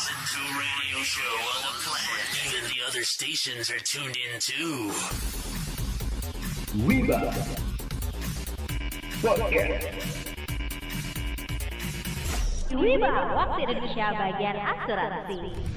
Listen to a radio show on the planet. Even the other stations are tuned in too. Wiba Podcast. Wiba, waktu Indonesia bagian asuransi.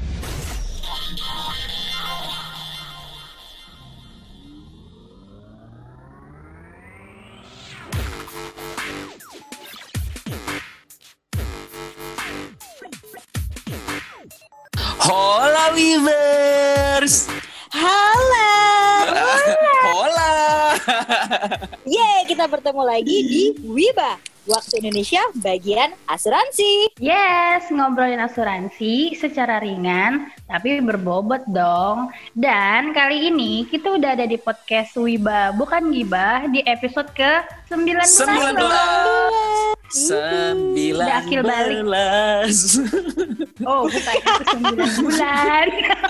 Hola Weavers. Halo. Hola. Yeay, kita bertemu lagi di Wiba, waktu Indonesia bagian asuransi. Yes, ngobrolin asuransi secara ringan tapi berbobot dong. Dan kali ini kita udah ada di podcast Wiba Bukan Gibah di episode ke-19. 19. Udah akil balik. Oh, bukan itu 9 bulan.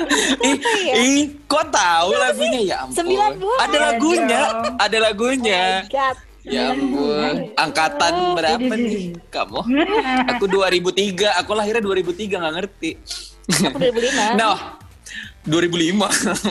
Kok tahu lagunya ya ampun. 9 bulan. Ada lagunya, ada lagunya. Oh my God. Ya ampun, angkatan berapa nih kamu? Aku 2003, aku lahirnya 2003, nggak ngerti. Aku 2005. No, 2005.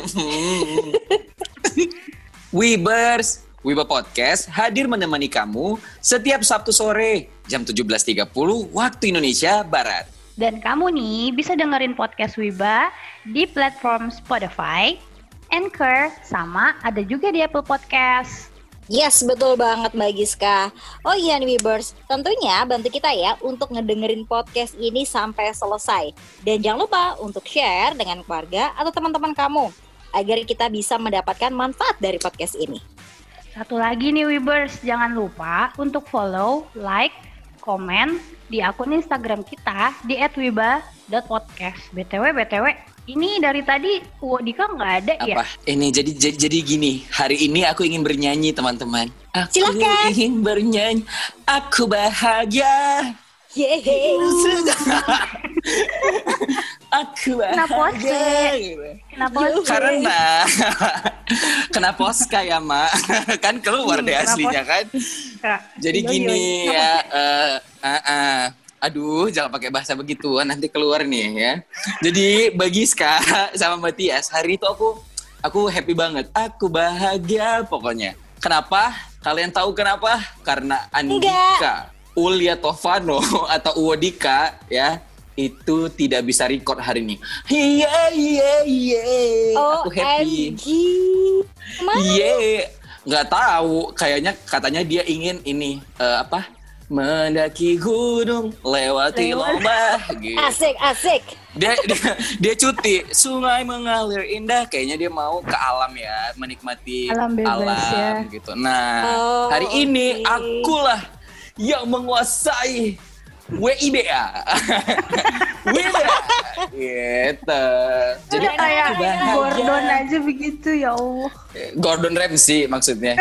Weavers, Wiba Podcast hadir menemani kamu setiap Sabtu sore jam 17.30 waktu Indonesia Barat. Dan kamu nih bisa dengerin podcast Wiba di platform Spotify, Anchor, sama ada juga di Apple Podcast. Yes, betul banget Mbak Giska. Oh iya nih Wibers, tentunya bantu kita ya untuk ngedengerin podcast ini sampai selesai. Dan jangan lupa untuk share dengan keluarga atau teman-teman kamu agar kita bisa mendapatkan manfaat dari podcast ini. Satu lagi nih Wibers, jangan lupa untuk follow, like, komen di akun Instagram kita di @wiba.podcast. BTW, ini dari tadi Wodika nggak ada ya? Apa? Ini jadi gini. Hari ini aku ingin bernyanyi teman-teman. Aku Silakan. ingin bernyanyi. Aku bahagia. Yeay. Aku Kenapa bahagia. Kenapa? Karena kenapa Oscar ya Mak? Kan keluar deh aslinya kan. Jadi gini ya. Aduh, jangan pakai bahasa begituan, nanti keluar nih ya. Jadi bagi Ska sama Mbak Tias, hari itu aku happy banget. Aku bahagia pokoknya. Kenapa? Kalian tahu kenapa? Karena Andika, Ulia Tovano atau Uwodika ya, itu tidak bisa record hari ini. Aku happy. Nggak tahu, kayaknya katanya dia ingin ini mendaki gunung, lewati lomba gitu. Asik. Dia cuti, sungai mengalir indah, kayaknya dia mau ke alam ya, menikmati Alam bebas ya. gitu. Nah, hari ini akulah yang menguasai WIBA. WIBA. Gitu. Jadi kayak aku bahagia. Gordon aja begitu ya Allah. Gordon Ramsay maksudnya.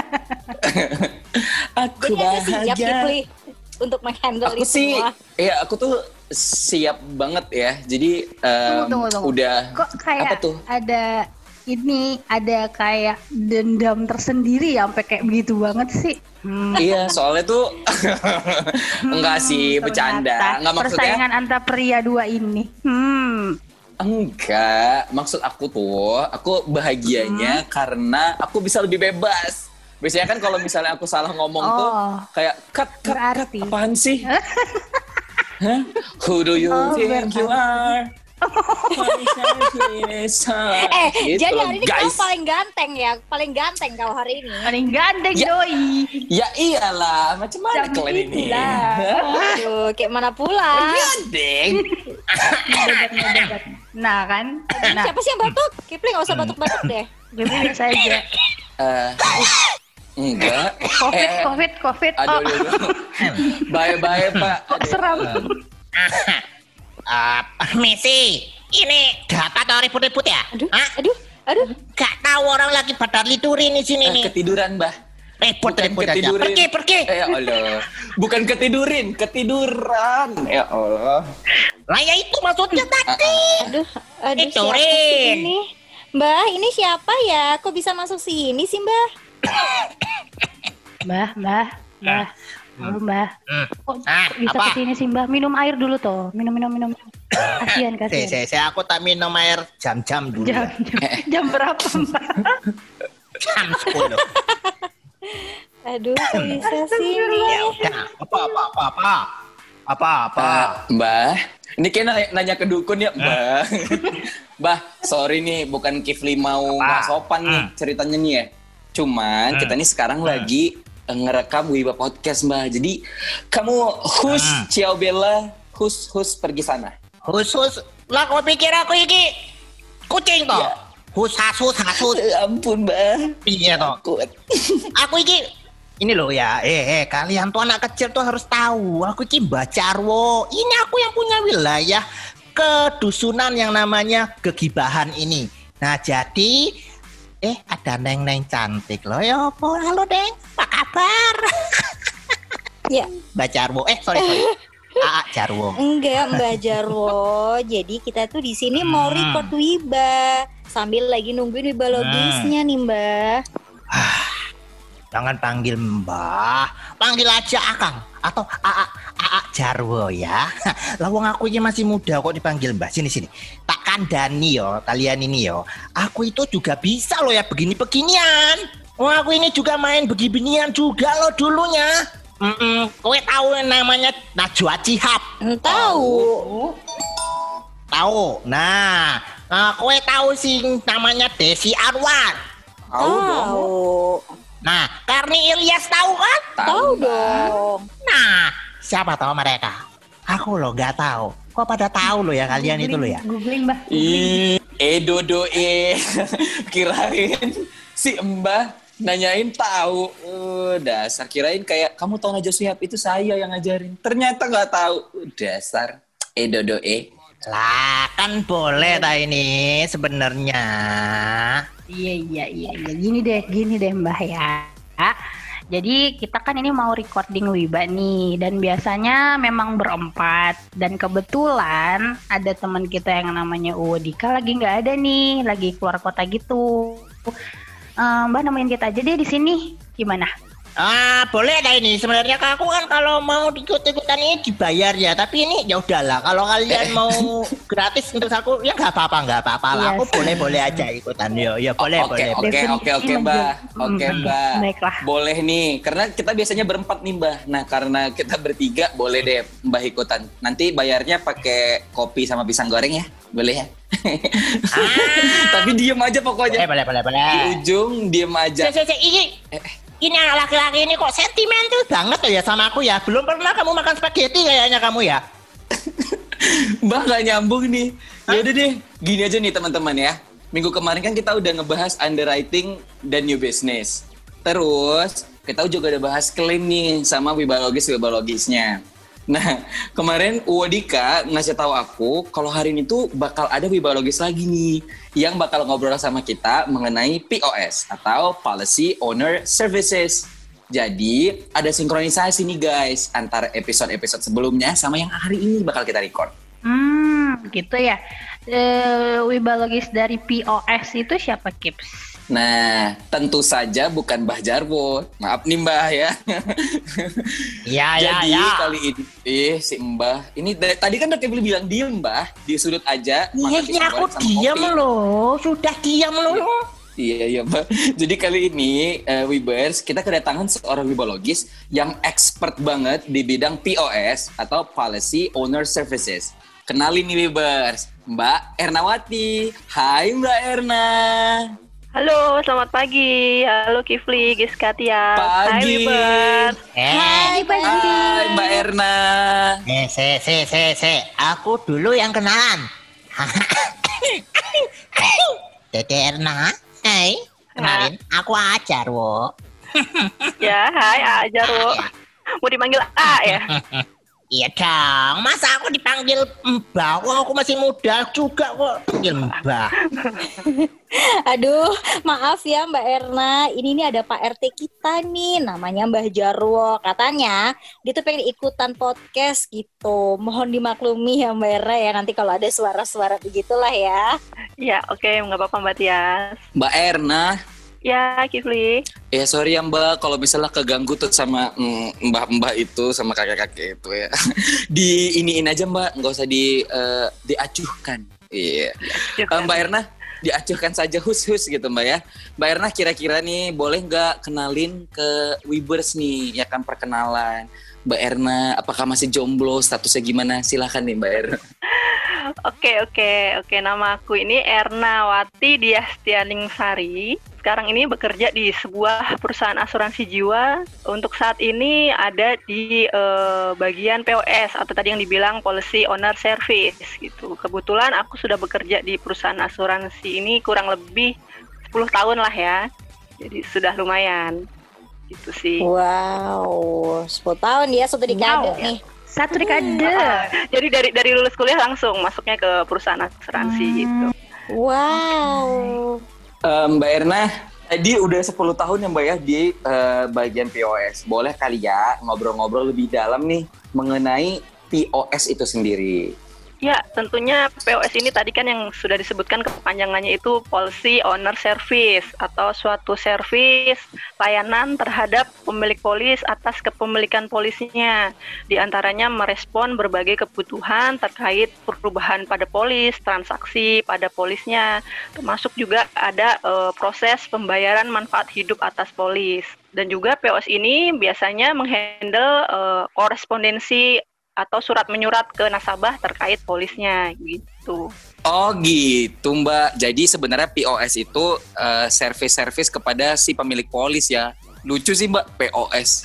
Aku Jadi siap bahagia. Kipli untuk menghandle Aku itu sih, semua. aku tuh siap banget ya. Jadi Tunggu. udah. Kok kayak Apa tuh? ada kayak dendam tersendiri ya, sampai kayak begitu banget sih. Iya, soalnya tuh enggak sih, bercanda. Ternyata Enggak maksudnya. persaingan antar pria dua ini. Enggak, maksud aku tuh, aku bahagianya karena aku bisa lebih bebas. Biasanya kan kalau misalnya aku salah ngomong tuh kayak cut, Berarti. apaan sih? Hah? Who do you think you are? Gitu, Jadi hari ini kau guys. paling ganteng kau hari ini. Paling ganteng Ya. doi. Ya iyalah, macam mana Jam kalian ini? itulah. Aduh, kayak mana pula? Gandeng. Ngedebat. Nah kan, Siapa sih yang batuk? Kipli gak usah batuk-batuk deh. gue biasa aja. Enggak. Covid. Aduh. Bye Pak. Kok seram? Messi, ini dapat atau ribut-ribut ya? Aduh. Gak tahu orang lagi pada lidurin di sini nih. Ketiduran, Mbah. Ribut aja. ketidurin. Pergi. Ya Allah. Bukan ketiduran. Ya Allah. Lah ya itu maksudnya tadi. Aduh, Itu, siapa Rin. sih ini? Mbah, ini siapa ya? Kok bisa masuk sini sih, Mbah? Mbah. Halo Mbah. Kok bisa apa? kesini sih Mbah? Minum air dulu toh. Minum. Kasihan. Saya aku tak minum air jam-jam dulu. Jam berapa Mbah? Jam 10. Aduh, kok bisa sih ini? Ya udah, apa? Mbah, ini kayak nanya ke dukun ya, Mbah. Mbah, sorry nih, bukan Kifli mau nggak sopan nih ceritanya nih ya. Cuman kita nih sekarang lagi ngerekam Wiba Podcast, Mbah. Jadi kamu Ciao Bella, pergi sana. Khusus, lah kau pikir aku iki kucing toh? Ya. Hasut. Ampun, Mbah. Iya toh. Kuat. Aku iki ini loh ya, kalian tuh anak kecil tuh harus tahu. Aku iki Mbah Jarwo. Ini aku yang punya wilayah kedusunan yang namanya Gegibahan ini. Nah jadi, ada neng cantik loh ya. Halo Neng, apa kabar? Ya, Mbah Jarwo. Sorry. Aa Jarwo. enggak Mbak Jarwo. Jadi kita tuh di sini mau record Wiba sambil lagi nungguin Wiba logisnya nih Mbak. Jangan panggil Mbah, panggil aja Akang atau Aa Jarwo ya. Lah wong aku ini masih muda kok dipanggil Mbah. Sini. Tak kandani yo, kalian ini yo. Aku itu juga bisa loh ya begini-beginian. Wong aku ini juga main begini-beginian juga loh dulunya. Kowe tahu namanya Najwa Shihab? Tahu. Tahu. Nah, kowe tahu sih namanya Desi Arwan? Tahu. Nah, Karni Ilyas tahu kan? Tahu dong. Nah, siapa tahu mereka? Aku loh nggak tahu. Kok pada tahu loh ya kalian itu loh ya? Googling Mbah. Dodo kirain si Mbah nanyain tahu. Dasar kirain kayak kamu tahu Najwa Shihab itu saya yang ngajarin. Ternyata nggak tahu. Dasar Dodo. Lah kan boleh ta ini sebenarnya. Iya. Gini deh Mbah ya. Jadi kita kan ini mau recording Wiba nih. Dan biasanya memang berempat. Dan kebetulan ada teman kita yang namanya Uwadika lagi nggak ada nih. Lagi keluar kota gitu. Mbah nemenin kita aja deh di sini. Gimana? Boleh dah ini. Sebenarnya aku kan kalau mau ikut-ikutan ini dibayar ya. Tapi ini ya udahlah. Kalau kalian mau gratis untuk aku ya nggak apa-apa lah. Aku boleh aja ikutan. Ya boleh. Oke, Mbah. Oke, Mbah. Baiklah. Boleh nih. Karena kita biasanya berempat nih, Mbah. Nah, karena kita bertiga boleh deh Mbah ikutan. Nanti bayarnya pakai kopi sama pisang goreng ya. Boleh ya? Tapi diem aja pokoknya. Boleh. Di ujung diem aja. Ini anak laki-laki ini kok sentimental banget ya sama aku ya. Belum pernah kamu makan spaghetti kayaknya kamu ya. Mbah nggak nyambung nih. Ya udah deh, gini aja nih teman-teman ya. Minggu kemarin kan kita udah ngebahas underwriting dan new business. Terus kita juga udah bahas klaim nih sama wibalogisnya. Nah, kemarin Uwadika ngasih tahu aku kalau hari ini tuh bakal ada wibalogis lagi nih yang bakal ngobrol sama kita mengenai POS atau Policy Owner Services. Jadi, ada sinkronisasi nih guys antara episode-episode sebelumnya sama yang hari ini bakal kita record. Gitu ya. Wibalogis dari POS itu siapa Kips? Nah, tentu saja bukan Mbah Jarwo. Maaf nih Mbah ya. Jadi kali ini si Mbah. Ini tadi kan udah kayak bilang diem Mbah. Di sudut aja. Iya aku diam loh. Sudah diam loh. Iya Mbah. Jadi kali ini Wibers kita kedatangan seorang wibologis yang expert banget di bidang POS atau Policy Owner Services. Kenalin nih Wibers, Mbak Ernawati. Hai Mbak Erna. Halo, selamat pagi. Halo Kifli, Giska Tia. Pagi. Hai Wiber. Hai pagi. Hai Mbak Erna. Se. Aku dulu yang kenalan. Dede Erna. Hai. Kenalin, aku Jarwo. Ya, hai Jarwo. Mau dipanggil A ya? Iya dong, masa aku dipanggil Mbak? Wah, aku masih muda juga kok panggil Mbak. Aduh, maaf ya Mbak Erna. Ini nih ada Pak RT kita nih, namanya Mbah Jarwo. Katanya dia tuh pengen ikutan podcast gitu. Mohon dimaklumi ya Mbak Erna ya, nanti kalau ada suara-suara begitulah ya. Ya, oke, nggak apa-apa Mbak Tias. Mbak Erna, Ya, Kifli. Ya sorry ya Mbak, kalau misalnya keganggu tuh sama mbah-mbah itu, sama kakek-kakek itu ya. Iniin aja Mbak, nggak usah diacuhkan. Iya. Mbak Erna, diacuhkan saja hus-hus gitu Mbak ya. Mbak Erna kira-kira nih boleh nggak kenalin ke Wibers nih, ya kan perkenalan. Mbak Erna, apakah masih jomblo, statusnya gimana? Silahkan nih Mbak Erna. Oke. Nama aku ini Ernawati Diastianingsari. Sekarang ini bekerja di sebuah perusahaan asuransi jiwa. Untuk saat ini ada di bagian POS atau tadi yang dibilang Policy Owner Service gitu. Kebetulan aku sudah bekerja di perusahaan asuransi ini kurang lebih 10 tahun lah ya. Jadi sudah lumayan. Gitu sih. Wow, 10 tahun ya, satu dekade nih. Satu dekade. Jadi dari lulus kuliah langsung masuknya ke perusahaan asuransi gitu. Wow. Mbak Erna, tadi udah 10 tahun ya Mbak ya di bagian POS. Boleh kali ya ngobrol-ngobrol lebih dalam nih mengenai POS itu sendiri. Ya, tentunya POS ini tadi kan yang sudah disebutkan kepanjangannya itu Policy Owner Service atau suatu servis layanan terhadap pemilik polis atas kepemilikan polisnya. Di antaranya merespon berbagai kebutuhan terkait perubahan pada polis, transaksi pada polisnya, termasuk juga ada proses pembayaran manfaat hidup atas polis. Dan juga POS ini biasanya menghandle korespondensi atau surat menyurat ke nasabah terkait polisnya gitu. Oh gitu Mbak. Jadi sebenarnya POS itu servis-servis kepada si pemilik polis ya. Lucu sih Mbak, POS.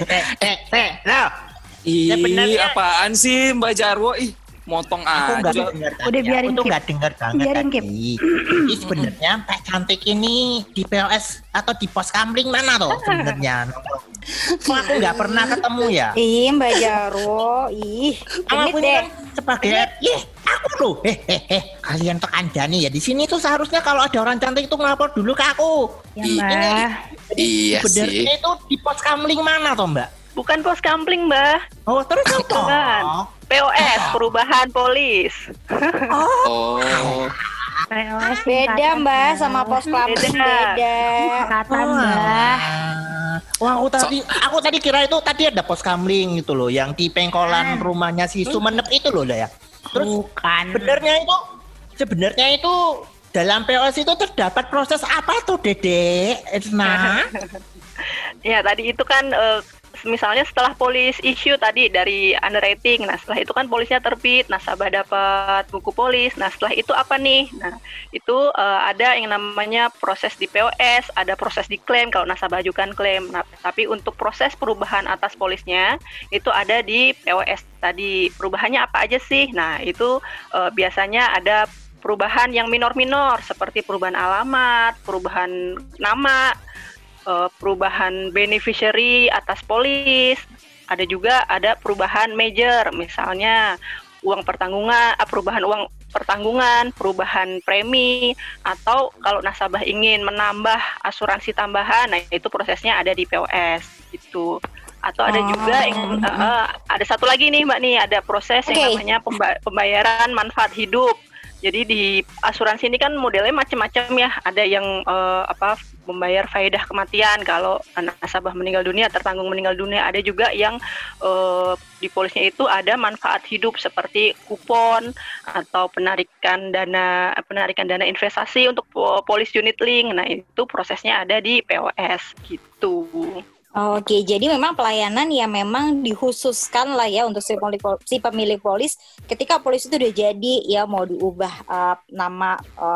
Loh. Ih, Sebenarnya- apaan sih Mbak Jarwo? Ih, motong Aku nggak aja. dengar tadi. Udah biarin, Aku tuh Kip. nggak dengar banget Biarin, Kip. tadi. Jadi sebenarnya Mbak Cantik ini di POS atau di pos kamling mana tuh sebenarnya? Kok aku nggak pernah ketemu ya? Ih, Mbak Jarwo, Sama aku genit ini deh. kan sebagai, aku loh. Kalian tekan Dani ya. Di sini tuh seharusnya kalau ada orang cantik itu ngelapor dulu ke aku. Ya Mbak. Iya sih. Sebenarnya itu di pos kamling mana tuh Mbak? Bukan pos kampling, Mbak. Oh terus apa? Bukan. POS, perubahan polis. Oh. POS Beda Mbak sama pos kamling, Beda. beda. Kata Mbak. Wah, aku tadi kira itu tadi ada pos kamling gitu loh, yang di pengkolan rumahnya si Sumenep itu loh lah ya. Terus Bukan. sebenarnya itu dalam POS itu terdapat proses apa tuh Dedek? Nah, Ya, tadi itu kan misalnya setelah polis issue tadi dari underwriting, nah setelah itu kan polisnya terbit, nasabah dapat buku polis, nah setelah itu apa nih? Nah itu ada yang namanya proses di POS, ada proses di klaim kalau nasabah ajukan klaim. Nah tapi untuk proses perubahan atas polisnya itu ada di POS tadi. Perubahannya apa aja sih? Nah itu biasanya ada perubahan yang minor-minor seperti perubahan alamat, perubahan nama, perubahan beneficiary atas polis, ada juga perubahan major, misalnya perubahan uang pertanggungan, perubahan premi, atau kalau nasabah ingin menambah asuransi tambahan, nah itu prosesnya ada di POS gitu. Atau ada juga yang ada satu lagi nih Mbak nih, ada proses yang namanya pembayaran manfaat hidup. Jadi di asuransi ini kan modelnya macam-macam ya. Ada yang membayar faedah kematian kalau nasabah meninggal dunia, tertanggung meninggal dunia. Ada juga yang di polisnya itu ada manfaat hidup seperti kupon atau penarikan dana investasi untuk polis unit link. Nah, itu prosesnya ada di POS gitu. Oke, jadi memang pelayanan yang memang dikhususkan lah ya untuk si pemilik polis ketika polis itu udah jadi ya mau diubah nama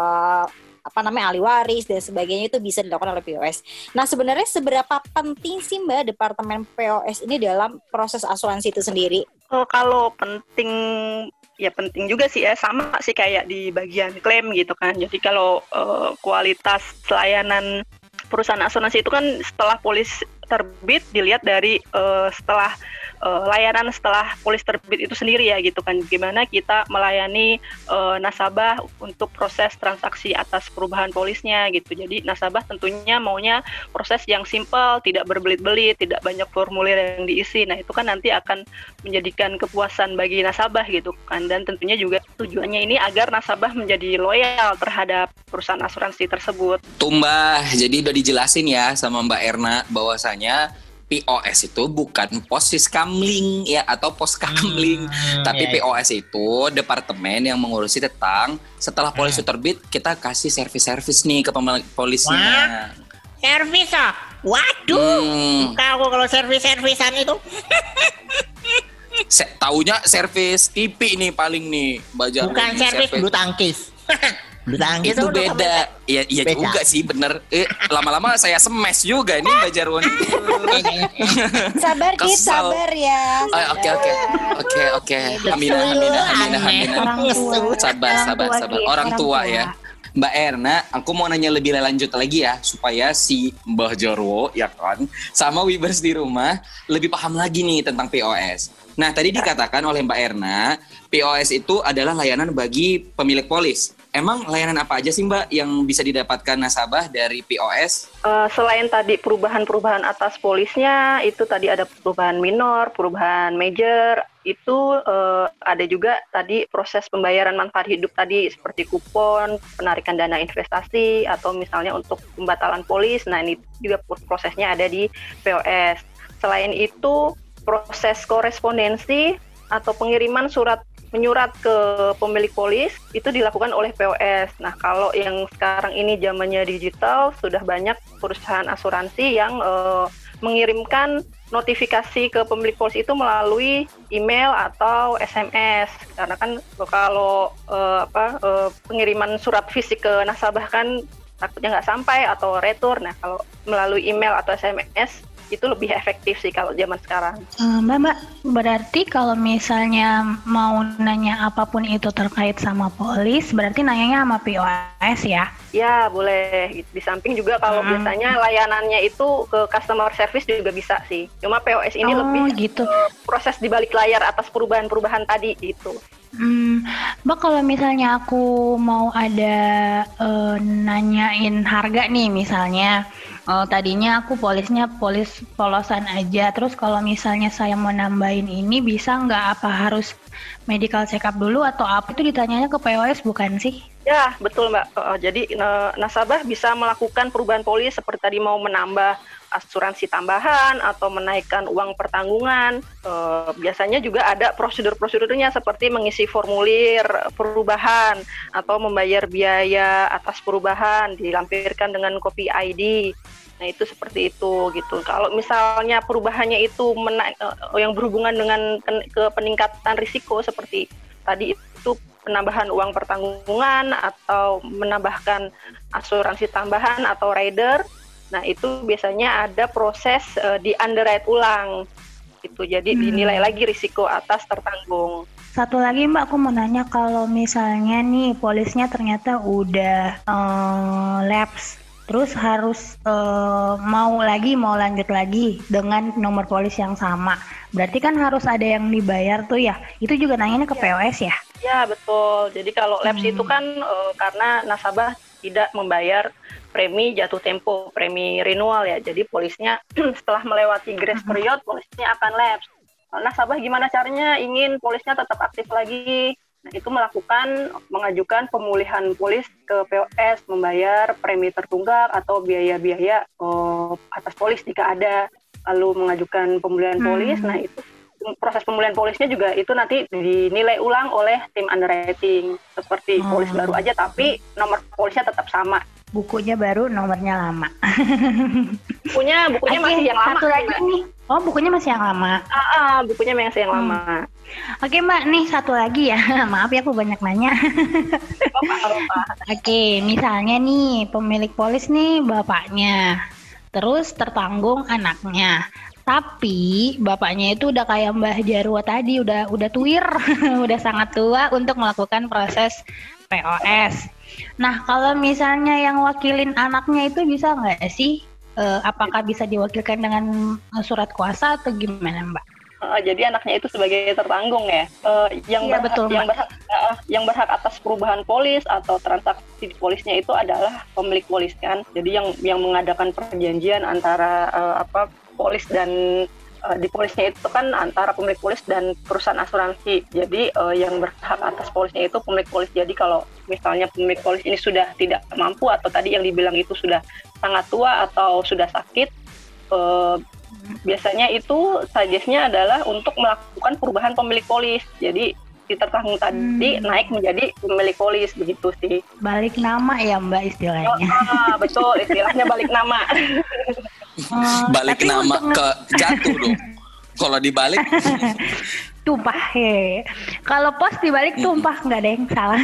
ahli waris dan sebagainya itu bisa dilakukan oleh POS. Nah, sebenarnya seberapa penting sih Mbak departemen POS ini dalam proses asuransi itu sendiri? Kalau penting ya penting juga sih ya, sama sih kayak di bagian klaim gitu kan. Jadi kalau kualitas pelayanan perusahaan asuransi itu kan setelah polis terbit dilihat dari setelah layanan setelah polis terbit itu sendiri ya gitu kan. Gimana kita melayani nasabah untuk proses transaksi atas perubahan polisnya gitu. Jadi nasabah tentunya maunya proses yang simpel, tidak berbelit-belit, tidak banyak formulir yang diisi. Nah itu kan nanti akan menjadikan kepuasan bagi nasabah gitu kan. Dan tentunya juga tujuannya ini agar nasabah menjadi loyal terhadap perusahaan asuransi tersebut. Tumbah, jadi udah dijelasin ya sama Mbak Erna bahwasanya POS itu bukan pos siskamling ya atau pos kamling, tapi POS itu departemen yang mengurusi tentang setelah polis itu terbit kita kasih servis-servis nih ke pemilik polisnya. Servis ah? Waduh, kalau servis-servisan itu. Taunya servis TV nih paling nih, Mbak Jarwo. Bukan servis bulu tangkis. Bulu tangkis itu beda. Iya juga sih bener. Lama-lama saya smash juga nih Mbak Jarwo. Sabar Dit, sabar ya. Oke. Aminah. Sabar. Orang tua ya. Mbak Erna, aku mau nanya lebih lanjut lagi ya supaya si Mbah Jarwo ya kan sama Wibers di rumah lebih paham lagi nih tentang POS. Nah, tadi dikatakan oleh Mbak Erna, POS itu adalah layanan bagi pemilik polis. Emang layanan apa aja sih Mbak yang bisa didapatkan nasabah dari POS? Selain tadi perubahan-perubahan atas polisnya, itu tadi ada perubahan minor, perubahan major, itu ada juga tadi proses pembayaran manfaat hidup tadi seperti kupon, penarikan dana investasi, atau misalnya untuk pembatalan polis. Nah ini juga prosesnya ada di POS. Selain itu proses korespondensi atau pengiriman menyurat ke pemilik polis itu dilakukan oleh POS. Nah, kalau yang sekarang ini zamannya digital, sudah banyak perusahaan asuransi yang mengirimkan notifikasi ke pemilik polis itu melalui email atau SMS. Karena kan kalau pengiriman surat fisik ke nasabah kan takutnya nggak sampai atau retur. Nah, kalau melalui email atau SMS itu lebih efektif sih kalau zaman sekarang. Mbak, berarti kalau misalnya mau nanya apapun itu terkait sama polis, berarti nanyanya sama POS ya? Ya, boleh. Di samping juga kalau biasanya layanannya itu ke customer service juga bisa sih. Cuma POS ini lebih gitu. Proses di balik layar atas perubahan-perubahan tadi gitu. Mbak, kalau misalnya aku mau ada nanyain harga nih misalnya, tadinya aku polis polosan aja, terus kalau misalnya saya mau nambahin ini bisa nggak, apa harus medical check up dulu atau apa, itu ditanyanya ke POS bukan sih? Ya, betul Mbak. Jadi nasabah bisa melakukan perubahan polis seperti tadi mau menambah asuransi tambahan atau menaikkan uang pertanggungan. Biasanya juga ada prosedur-prosedurnya seperti mengisi formulir perubahan atau membayar biaya atas perubahan dilampirkan dengan kopi ID. Nah itu seperti itu gitu. Kalau misalnya perubahannya itu yang berhubungan dengan peningkatan risiko seperti tadi itu penambahan uang pertanggungan atau menambahkan asuransi tambahan atau rider. Nah itu biasanya ada proses di underwrite ulang gitu. Jadi dinilai lagi risiko atas tertanggung. Satu lagi Mbak, aku mau nanya, kalau misalnya nih polisnya ternyata udah lapse, terus harus mau lanjut lagi dengan nomor polis yang sama, berarti kan harus ada yang dibayar tuh ya? Itu juga nanyanya ke POS ya? Ya betul. Jadi kalau lapse itu kan karena nasabah tidak membayar premi jatuh tempo, premi renewal ya. Jadi polisnya setelah melewati grace period, polisnya akan lapse. Nasabah gimana caranya ingin polisnya tetap aktif lagi? Nah, itu mengajukan pemulihan polis ke POS, membayar premi tertunggak atau biaya-biaya atas polis jika ada, lalu mengajukan pemulihan polis. Nah, itu proses pemulihan polisnya juga itu nanti dinilai ulang oleh tim underwriting seperti polis baru aja, tapi nomor polisnya tetap sama. Bukunya baru, nomornya lama. Bukunya masih yang lama. Satu lagi nih. Oh, bukunya masih yang lama. Bukunya masih yang lama. Oke Mbak, nih satu lagi ya. Maaf ya aku banyak nanya. Oke, misalnya nih pemilik polis nih bapaknya, terus tertanggung anaknya. Tapi bapaknya itu udah kayak Mbah Jarwo tadi, udah tuir, udah sangat tua untuk melakukan proses POS. Nah, kalau misalnya yang wakilin anaknya itu bisa nggak sih? Apakah bisa diwakilkan dengan surat kuasa atau gimana Mbak? Jadi anaknya itu sebagai tertanggung ya. Yang Iya, berhak betul, yang berhak atas perubahan polis atau transaksi di polisnya itu adalah pemilik polis kan. Jadi yang mengadakan perjanjian antara polis dan di polisnya itu kan antara pemilik polis dan perusahaan asuransi. Jadi yang berhak atas polisnya itu pemilik polis. Jadi kalau misalnya pemilik polis ini sudah tidak mampu atau tadi yang dibilang itu sudah sangat tua atau sudah sakit, biasanya itu suggest-nya adalah untuk melakukan perubahan pemilik polis. Jadi si tertanggung tadi naik menjadi pemilik polis, begitu sih. Balik nama ya Mbak istilahnya. Betul, istilahnya balik nama. Balik Tapi nama untuk ke jatuh dong. Kalau dibalik tumpah ya. Kalau pos dibalik tumpah nggak ada yang salah.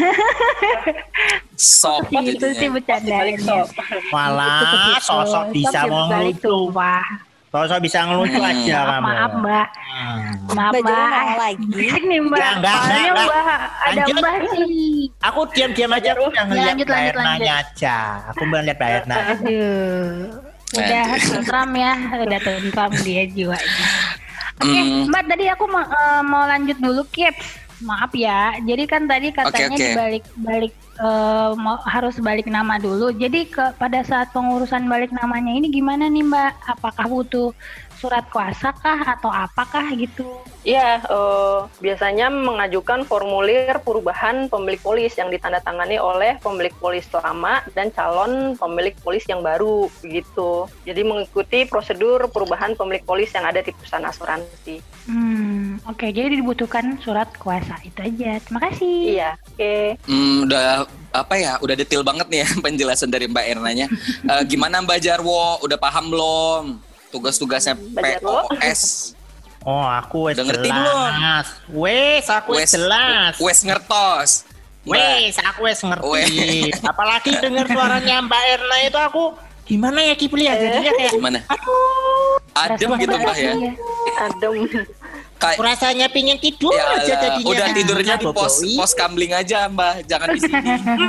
sop Itu sih jadinya. bercandanya. Malah sosok bisa mau balik ngelucu. tumpah. Sosok bisa ngelucu aja kamu. Maaf Mbak. Maaf Mbak Jawa Mbak. mau lagi. Berisik nih Mbak. Enggak, Soalnya enggak. Mbak ada Lanjut. Mbak sih. Aku diam-diam aja aku udah ngeliat lanjut, Mbak lanjut, Ernanya aja. Aku mau lihat Mbak Erna. Aduh. Udah tentram ya, udah tentram dia jiwanya. Oke, Mbak tadi aku mau lanjut dulu Kips. Maaf ya. Jadi kan tadi katanya Oke. dibalik harus balik nama dulu. Jadi pada saat pengurusan balik namanya ini gimana nih Mbak? Apakah butuh surat kuasa kah atau apakah gitu? Iya, biasanya mengajukan formulir perubahan pemilik polis yang ditandatangani oleh pemilik polis lama dan calon pemilik polis yang baru, begitu. Jadi mengikuti prosedur perubahan pemilik polis yang ada di perusahaan asuransi. Oke, jadi dibutuhkan surat kuasa itu aja. Terima kasih. Iya, oke. Udah udah detail banget nih ya penjelasan dari Mbak Ernanya. Gimana Mbak Jarwo, udah paham belum tugas-tugasnya Mbak Jarwo? POS? Oh, aku wes Udah ngerti belum? jelas. Wes, aku wes jelas. Wes ngertos. Mbak. Wes, aku wes ngerti. Apalagi dengar suaranya Mbak Erna itu aku gimana ya Kipli ya jadinya kayak Gimana? Adem Rasanya gitu Mbak ya. Adem. Kayak rasanya pingin tidur ya aja Allah, jadinya. udah tidurnya di Boboiboy. pos kamling aja Mbak, jangan di sini.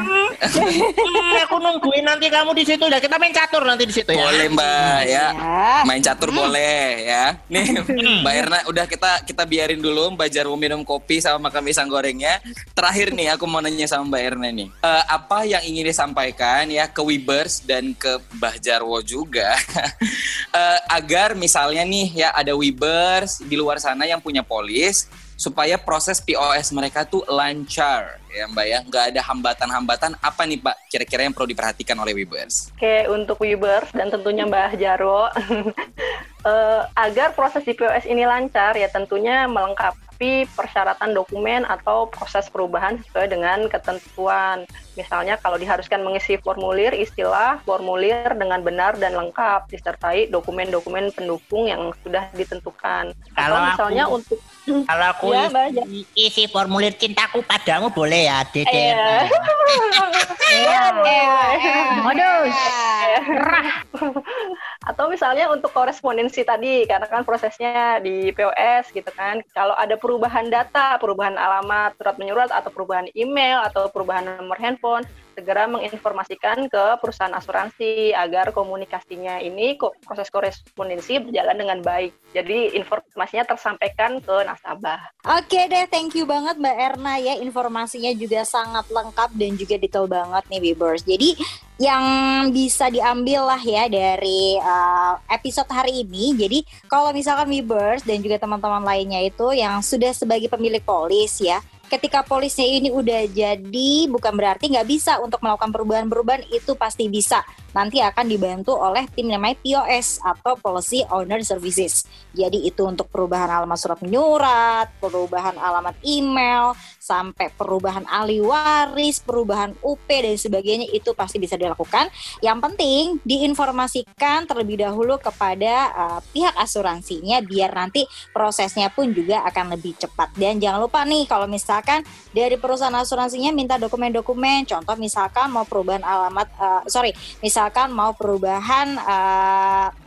Aku nungguin nanti kamu di situ. Udah kita main catur nanti di situ ya. Boleh Mbak ya. Ya. Main catur boleh ya. Nih Mbak Erna udah kita biarin dulu Mbak Jarwo minum kopi sama makan pisang gorengnya. Terakhir nih aku mau nanya sama Mbak Erna nih. Apa yang ingin disampaikan ya ke Wibers dan ke Mbah Jarwo juga agar misalnya nih ya ada Wibers di luar sana yang punya polis supaya proses POS mereka tuh lancar ya Mbak ya, nggak ada hambatan-hambatan apa nih Pak kira-kira yang perlu diperhatikan oleh Wibers? Oke, untuk Wibers dan tentunya Mbah Jarwo, agar proses di POS ini lancar ya tentunya melengkapi persyaratan dokumen atau proses perubahan sesuai dengan ketentuan. Misalnya kalau diharuskan mengisi formulir, istilah formulir dengan benar dan lengkap disertai dokumen-dokumen pendukung yang sudah ditentukan. Atau misalnya Kalau aku Ya, Mbak, ya. isi formulir cintaku padamu boleh ya, Dede. Iya. Modus. Atau misalnya untuk korespondensi tadi, karena kan prosesnya di POS gitu kan, kalau ada perubahan data, perubahan alamat surat menyurat, atau perubahan email, atau perubahan nomor handphone, segera menginformasikan ke perusahaan asuransi agar komunikasinya ini, proses korespondensi berjalan dengan baik. Jadi informasinya tersampaikan ke nasabah. Oke deh, thank you banget Mbak Erna ya, informasinya juga sangat lengkap dan juga detail banget nih Wibers. Jadi yang bisa diambil lah ya dari episode hari ini. Jadi kalau misalkan Wibers dan juga teman-teman lainnya itu yang sudah sebagai pemilik polis ya, ketika polisnya ini udah jadi bukan berarti nggak bisa untuk melakukan perubahan-perubahan, itu pasti bisa. Nanti akan dibantu oleh tim namanya POS atau Policy Owner Services. Jadi itu untuk perubahan alamat surat menyurat, perubahan alamat email, sampai perubahan ahli waris, perubahan UP dan sebagainya, itu pasti bisa dilakukan. Yang penting diinformasikan terlebih dahulu kepada pihak asuransinya biar nanti prosesnya pun juga akan lebih cepat. Dan jangan lupa nih kalau misalkan dari perusahaan asuransinya minta dokumen-dokumen, contoh misalkan mau perubahan alamat, misalkan mau perubahan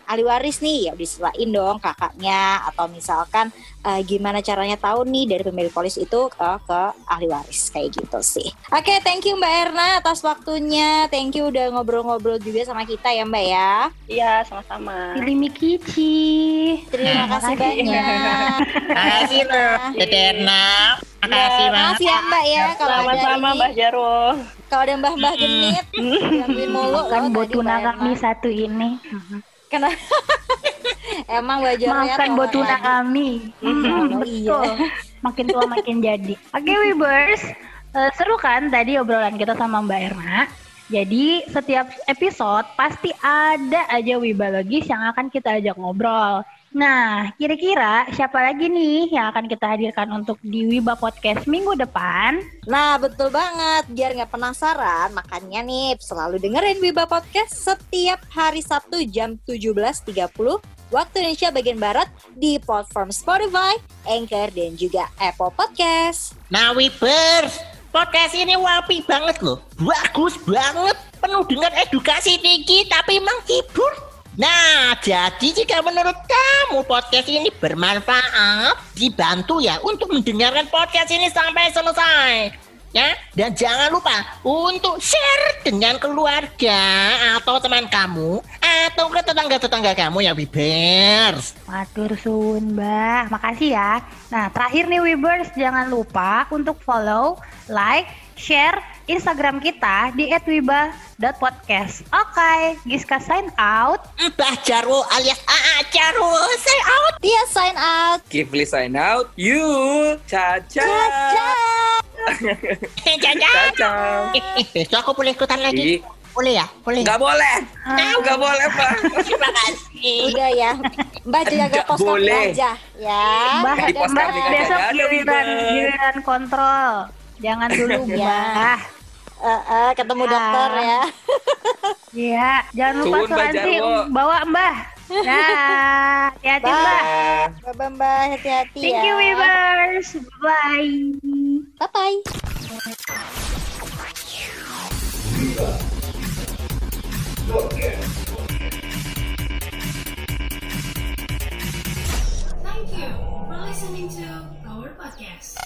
ahli waris nih, ya diserahin dong kakaknya, atau misalkan gimana caranya tahu nih dari pemilik polis itu ke ahli waris, kayak gitu sih. Oke, thank you Mbak Erna atas waktunya, thank you udah ngobrol-ngobrol juga sama kita ya Mbak ya. Iya, sama-sama. Pilih Kici. Terima kasih banyak. Makasih loh, Tete Erna. Makasih Maaf ya Mbak ya kalau ada Sama-sama ini, Mbak Jarwo. kalau ada mbah-mbah genit gangguin mulu Kan loh tadi botuna Mbak Erna. kami satu ini. Kenapa? Emang Mbak Jarwo ya Maafkan kalau botuna yang- kami. Oh, iya. Betul. Makin tua makin jadi. Oke, Wibers. Seru kan tadi obrolan kita sama Mbak Erna. Jadi setiap episode pasti ada aja wibalogis yang akan kita ajak ngobrol. Nah, kira-kira siapa lagi nih yang akan kita hadirkan untuk di Wiba Podcast minggu depan? Nah betul banget, biar nggak penasaran makanya nih selalu dengerin Wiba Podcast setiap hari Sabtu jam 17.30 waktu Indonesia bagian Barat di platform Spotify, Anchor, dan juga Apple Podcast. Nah Wibers, podcast ini wapi banget loh. Bagus banget, penuh dengan edukasi tinggi tapi menghibur. Nah, jadi jika menurut kamu podcast ini bermanfaat, dibantu ya untuk mendengarkan podcast ini sampai selesai. Ya, dan jangan lupa untuk share dengan keluarga atau teman kamu atau ke tetangga-tetangga kamu ya Wibers. Matur suwun, Mbak. Makasih ya. Nah, terakhir nih Wibers, jangan lupa untuk follow, like, share Instagram kita di @wiba.podcast. Oke, Giska sign out. Mbah Jarwo alias AA Jarwo, say out. Tia sign out. Kifli sign out. You, Caca. Caca. Besok aku boleh ikutan lagi. Boleh ya? Boleh. Nggak boleh. Nggak boleh, Pak. Terima kasih. Udah ya, Mbak jaga Nggak pos boleh. aja ya. Mbak, di pos Mbak kami nggak besok ada, giliran kontrol. Jangan dulu, Mbak. Ketemu dokter ya. Iya, jangan lupa Suwun, Mbak asuransi Jarwo. bawa Mbah. Nah, hati-hati Mbak. Bye Mbak, hati-hati ya. Thank you Wibers. Bye. Bye bye. Thank you for listening to our podcast.